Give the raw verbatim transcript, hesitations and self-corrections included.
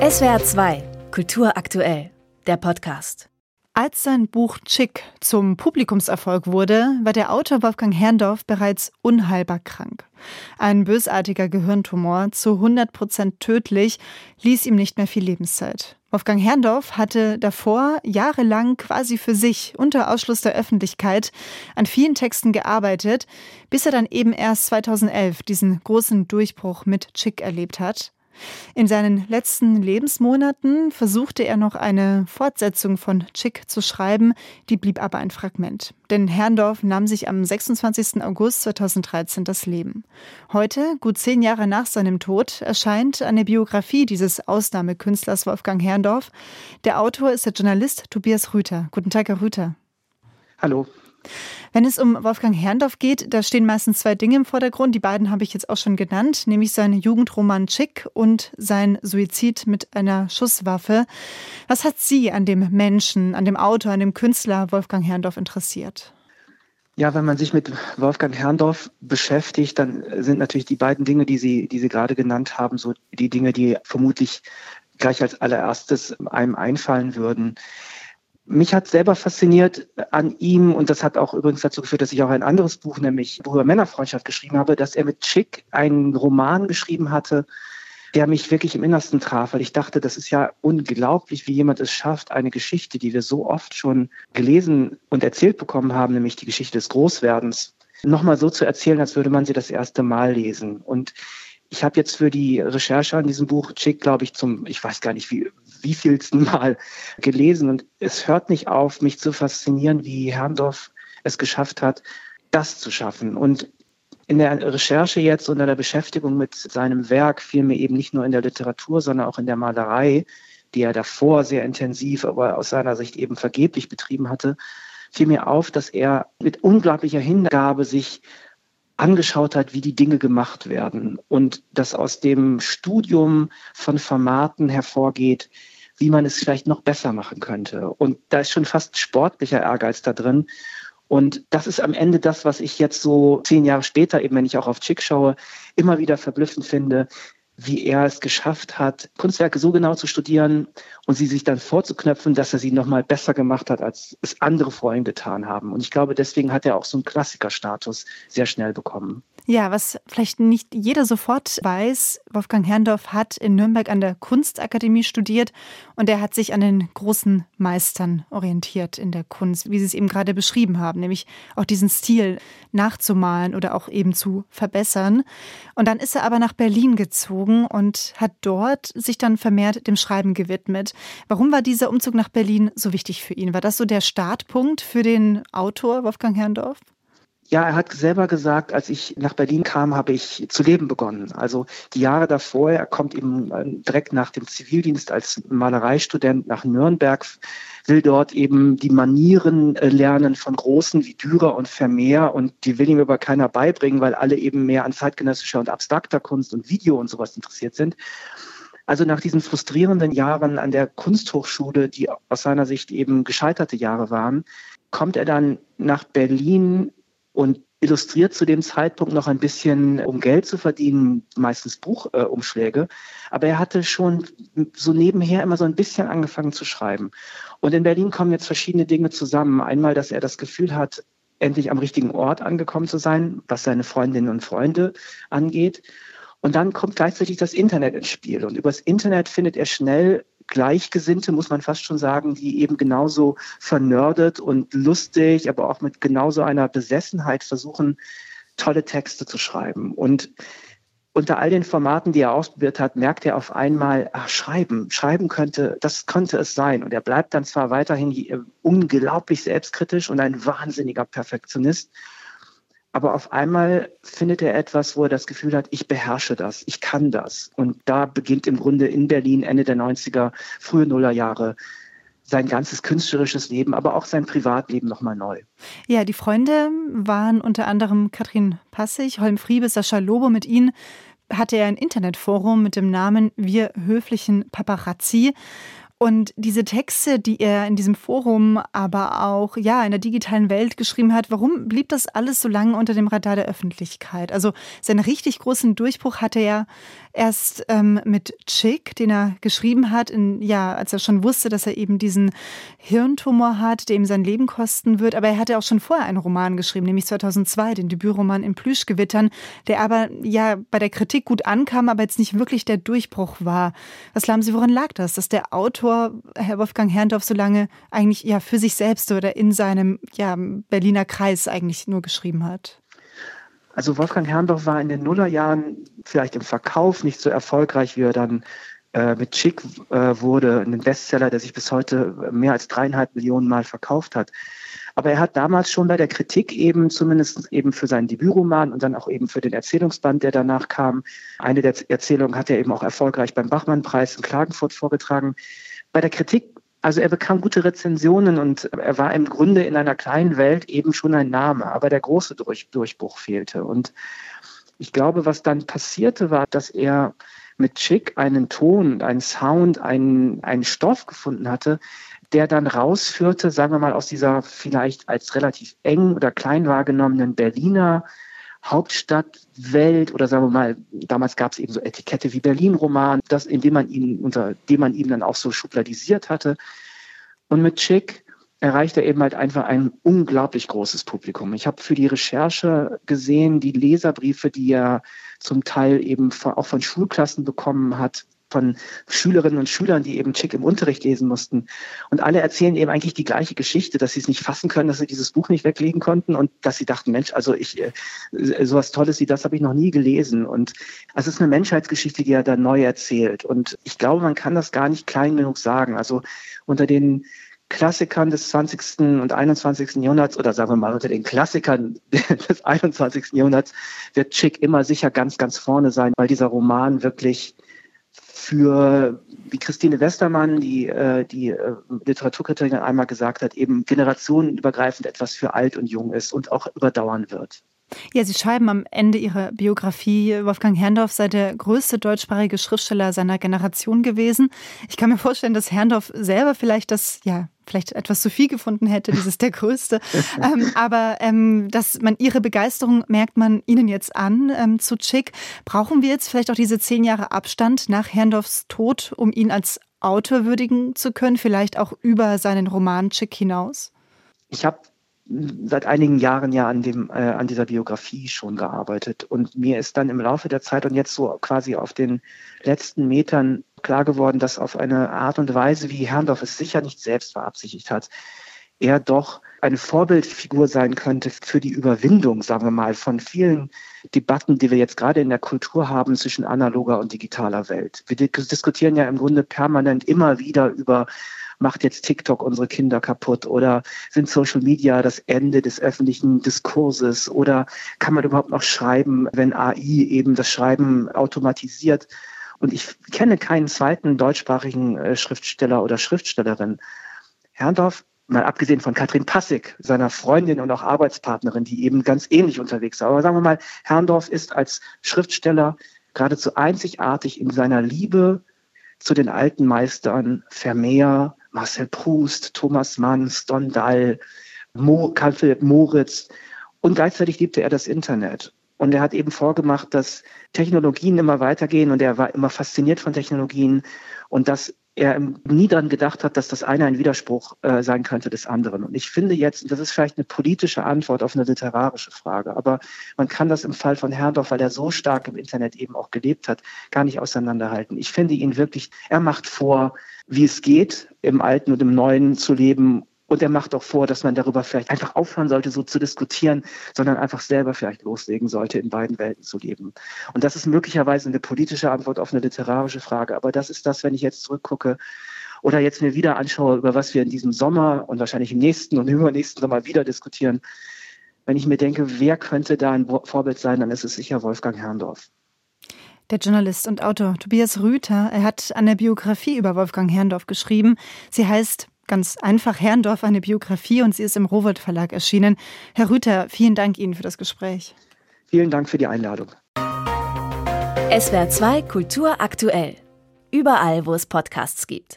S W R zwei, Kultur aktuell, der Podcast. Als sein Buch Chick zum Publikumserfolg wurde, war der Autor Wolfgang Herrndorf bereits unheilbar krank. Ein bösartiger Gehirntumor, zu hundert Prozent tödlich, ließ ihm nicht mehr viel Lebenszeit. Wolfgang Herrndorf hatte davor jahrelang quasi für sich, unter Ausschluss der Öffentlichkeit, an vielen Texten gearbeitet, bis er dann eben erst zweitausendelf diesen großen Durchbruch mit Chick erlebt hat. In seinen letzten Lebensmonaten versuchte er noch eine Fortsetzung von Chick zu schreiben, die blieb aber ein Fragment. Denn Herrndorf nahm sich am sechsundzwanzigsten August zweitausenddreizehn das Leben. Heute, gut zehn Jahre nach seinem Tod, erscheint eine Biografie dieses Ausnahmekünstlers Wolfgang Herrndorf. Der Autor ist der Journalist Tobias Rüther. Guten Tag, Herr Rüther. Hallo. Wenn es um Wolfgang Herrndorf geht, da stehen meistens zwei Dinge im Vordergrund. Die beiden habe ich jetzt auch schon genannt, nämlich sein Jugendroman Chick und sein Suizid mit einer Schusswaffe. Was hat Sie an dem Menschen, an dem Autor, an dem Künstler Wolfgang Herrndorf interessiert? Ja, wenn man sich mit Wolfgang Herrndorf beschäftigt, dann sind natürlich die beiden Dinge, die Sie, die Sie gerade genannt haben, so die Dinge, die vermutlich gleich als allererstes einem einfallen würden. Mich hat selber fasziniert an ihm, und das hat auch übrigens dazu geführt, dass ich auch ein anderes Buch, nämlich Buch über Männerfreundschaft, geschrieben habe, dass er mit Chick einen Roman geschrieben hatte, der mich wirklich im Innersten traf, weil ich dachte, das ist ja unglaublich, wie jemand es schafft, eine Geschichte, die wir so oft schon gelesen und erzählt bekommen haben, nämlich die Geschichte des Großwerdens, nochmal so zu erzählen, als würde man sie das erste Mal lesen. Und ich habe jetzt für die Recherche an diesem Buch Chick, glaube ich, zum, ich weiß gar nicht wie, wie vielsten Mal gelesen. Und es hört nicht auf, mich zu faszinieren, wie Herrndorf es geschafft hat, das zu schaffen. Und in der Recherche jetzt und in der Beschäftigung mit seinem Werk fiel mir eben nicht nur in der Literatur, sondern auch in der Malerei, die er davor sehr intensiv, aber aus seiner Sicht eben vergeblich betrieben hatte, fiel mir auf, dass er mit unglaublicher Hingabe sich angeschaut hat, wie die Dinge gemacht werden, und dass aus dem Studium von Formaten hervorgeht, wie man es vielleicht noch besser machen könnte. Und da ist schon fast sportlicher Ehrgeiz da drin. Und das ist am Ende das, was ich jetzt so zehn Jahre später, eben wenn ich auch auf Chick schaue, immer wieder verblüffend finde, wie er es geschafft hat, Kunstwerke so genau zu studieren und sie sich dann vorzuknöpfen, dass er sie nochmal besser gemacht hat, als es andere vor ihm getan haben. Und ich glaube, deswegen hat er auch so einen Klassikerstatus sehr schnell bekommen. Ja, was vielleicht nicht jeder sofort weiß, Wolfgang Herrndorf hat in Nürnberg an der Kunstakademie studiert und er hat sich an den großen Meistern orientiert in der Kunst, wie Sie es eben gerade beschrieben haben, nämlich auch diesen Stil nachzumalen oder auch eben zu verbessern. Und dann ist er aber nach Berlin gezogen und hat dort sich dann vermehrt dem Schreiben gewidmet. Warum war dieser Umzug nach Berlin so wichtig für ihn? War das so der Startpunkt für den Autor Wolfgang Herrndorf? Ja, er hat selber gesagt, als ich nach Berlin kam, habe ich zu leben begonnen. Also die Jahre davor, er kommt eben direkt nach dem Zivildienst als Malereistudent nach Nürnberg, will dort eben die Manieren lernen von Großen wie Dürer und Vermeer, und die will ihm aber keiner beibringen, weil alle eben mehr an zeitgenössischer und abstrakter Kunst und Video und sowas interessiert sind. Also nach diesen frustrierenden Jahren an der Kunsthochschule, die aus seiner Sicht eben gescheiterte Jahre waren, kommt er dann nach Berlin und illustriert zu dem Zeitpunkt noch ein bisschen, um Geld zu verdienen, meistens Buchumschläge. Aber er hatte schon so nebenher immer so ein bisschen angefangen zu schreiben. Und in Berlin kommen jetzt verschiedene Dinge zusammen. Einmal, dass er das Gefühl hat, endlich am richtigen Ort angekommen zu sein, was seine Freundinnen und Freunde angeht. Und dann kommt gleichzeitig das Internet ins Spiel. Und übers Internet findet er schnell Gleichgesinnte, muss man fast schon sagen, die eben genauso vernördet und lustig, aber auch mit genauso einer Besessenheit versuchen, tolle Texte zu schreiben. Und unter all den Formaten, die er ausprobiert hat, merkt er auf einmal, ach, Schreiben, Schreiben könnte, das könnte es sein. Und er bleibt dann zwar weiterhin unglaublich selbstkritisch und ein wahnsinniger Perfektionist, aber auf einmal findet er etwas, wo er das Gefühl hat, ich beherrsche das, ich kann das. Und da beginnt im Grunde in Berlin Ende der neunziger, frühe Nullerjahre sein ganzes künstlerisches Leben, aber auch sein Privatleben nochmal neu. Ja, die Freunde waren unter anderem Katrin Passig, Holm Friebe, Sascha Lobo. Mit ihnen hatte er ein Internetforum mit dem Namen Wir höflichen Paparazzi. Und diese Texte, die er in diesem Forum, aber auch ja in der digitalen Welt geschrieben hat, warum blieb das alles so lange unter dem Radar der Öffentlichkeit? Also seinen richtig großen Durchbruch hatte er erst ähm, mit Chick, den er geschrieben hat, in, ja, als er schon wusste, dass er eben diesen Hirntumor hat, der ihm sein Leben kosten wird. Aber er hatte auch schon vorher einen Roman geschrieben, nämlich zweitausendzwei, den Debütroman In Plüschgewittern, der aber ja bei der Kritik gut ankam, aber jetzt nicht wirklich der Durchbruch war. Was glauben Sie, woran lag das, dass der Autor Herr Wolfgang Herrndorf so lange eigentlich ja für sich selbst oder in seinem ja, Berliner Kreis eigentlich nur geschrieben hat? Also Wolfgang Herrndorf war in den Nullerjahren vielleicht im Verkauf nicht so erfolgreich, wie er dann äh, mit Chick äh, wurde, ein Bestseller, der sich bis heute mehr als dreieinhalb Millionen Mal verkauft hat. Aber er hat damals schon bei der Kritik eben, zumindest eben für seinen Debütroman und dann auch eben für den Erzählungsband, der danach kam, eine der Erzählungen hat er eben auch erfolgreich beim Bachmann-Preis in Klagenfurt vorgetragen. Bei der Kritik, also er bekam gute Rezensionen und er war im Grunde in einer kleinen Welt eben schon ein Name, aber der große Durch, Durchbruch fehlte. Und ich glaube, was dann passierte, war, dass er mit Chick einen Ton, einen Sound, einen, einen Stoff gefunden hatte, der dann rausführte, sagen wir mal, aus dieser vielleicht als relativ eng oder klein wahrgenommenen Berliner Hauptstadtwelt oder sagen wir mal, damals gab es eben so Etikette wie Berlin-Roman, das, indem man ihn, unter dem man ihn dann auch so schubladisiert hatte. Und mit Chick erreicht er eben halt einfach ein unglaublich großes Publikum. Ich habe für die Recherche gesehen, die Leserbriefe, die er zum Teil eben von, auch von Schulklassen bekommen hat, von Schülerinnen und Schülern, die eben Chick im Unterricht lesen mussten. Und alle erzählen eben eigentlich die gleiche Geschichte, dass sie es nicht fassen können, dass sie dieses Buch nicht weglegen konnten und dass sie dachten, Mensch, also ich, äh, sowas Tolles wie das habe ich noch nie gelesen. Und also es ist eine Menschheitsgeschichte, die er da neu erzählt. Und ich glaube, man kann das gar nicht klein genug sagen. Also unter den Klassikern des zwanzigsten und einundzwanzigsten Jahrhunderts oder sagen wir mal unter den Klassikern des einundzwanzigsten Jahrhunderts wird Chick immer sicher ganz, ganz vorne sein, weil dieser Roman wirklich für, wie Christine Westermann, die, äh, die äh, Literaturkritikerin einmal gesagt hat, eben generationenübergreifend etwas für alt und jung ist und auch überdauern wird. Ja, Sie schreiben am Ende Ihrer Biografie, Wolfgang Herrndorf sei der größte deutschsprachige Schriftsteller seiner Generation gewesen. Ich kann mir vorstellen, dass Herrndorf selber vielleicht das, ja, vielleicht etwas zu viel gefunden hätte, dieses der Größte. ähm, aber ähm, dass man Ihre Begeisterung merkt man Ihnen jetzt an ähm, zu Chick. Brauchen wir jetzt vielleicht auch diese zehn Jahre Abstand nach Herrndorfs Tod, um ihn als Autor würdigen zu können, vielleicht auch über seinen Roman Chick hinaus? Ich habe seit einigen Jahren ja an dem äh, an dieser Biografie schon gearbeitet und mir ist dann im Laufe der Zeit und jetzt so quasi auf den letzten Metern klar geworden, dass auf eine Art und Weise, wie Herrndorf es sicher nicht selbst beabsichtigt hat, er doch eine Vorbildfigur sein könnte für die Überwindung, sagen wir mal, von vielen Debatten, die wir jetzt gerade in der Kultur haben zwischen analoger und digitaler Welt. Wir diskutieren ja im Grunde permanent immer wieder über, macht jetzt TikTok unsere Kinder kaputt oder sind Social Media das Ende des öffentlichen Diskurses oder kann man überhaupt noch schreiben, wenn A I eben das Schreiben automatisiert? Und ich kenne keinen zweiten deutschsprachigen äh, Schriftsteller oder Schriftstellerin. Herrndorf, mal abgesehen von Katrin Passig, seiner Freundin und auch Arbeitspartnerin, die eben ganz ähnlich unterwegs war. Aber sagen wir mal, Herrndorf ist als Schriftsteller geradezu einzigartig in seiner Liebe zu den alten Meistern Vermeer, Marcel Proust, Thomas Mann, Stendhal, Mo, Karl Philipp Moritz. Und gleichzeitig liebte er das Internet. Und er hat eben vorgemacht, dass Technologien immer weitergehen und er war immer fasziniert von Technologien und dass er nie daran gedacht hat, dass das eine ein Widerspruch äh, sein könnte des anderen. Und ich finde jetzt, und das ist vielleicht eine politische Antwort auf eine literarische Frage, aber man kann das im Fall von Herrndorf, weil er so stark im Internet eben auch gelebt hat, gar nicht auseinanderhalten. Ich finde ihn wirklich, er macht vor, wie es geht, im Alten und im Neuen zu leben. Und er macht auch vor, dass man darüber vielleicht einfach aufhören sollte, so zu diskutieren, sondern einfach selber vielleicht loslegen sollte, in beiden Welten zu leben. Und das ist möglicherweise eine politische Antwort auf eine literarische Frage. Aber das ist das, wenn ich jetzt zurückgucke oder jetzt mir wieder anschaue, über was wir in diesem Sommer und wahrscheinlich im nächsten und übernächsten Sommer wieder diskutieren. Wenn ich mir denke, wer könnte da ein Vorbild sein, dann ist es sicher Wolfgang Herrndorf. Der Journalist und Autor Tobias Rüther, er hat eine Biografie über Wolfgang Herrndorf geschrieben. Sie heißt ganz einfach Herrndorf, eine Biografie, und sie ist im Rowohlt Verlag erschienen. Herr Rüther, vielen Dank Ihnen für das Gespräch. Vielen Dank für die Einladung. S W R zwei Kultur aktuell. Überall, wo es Podcasts gibt.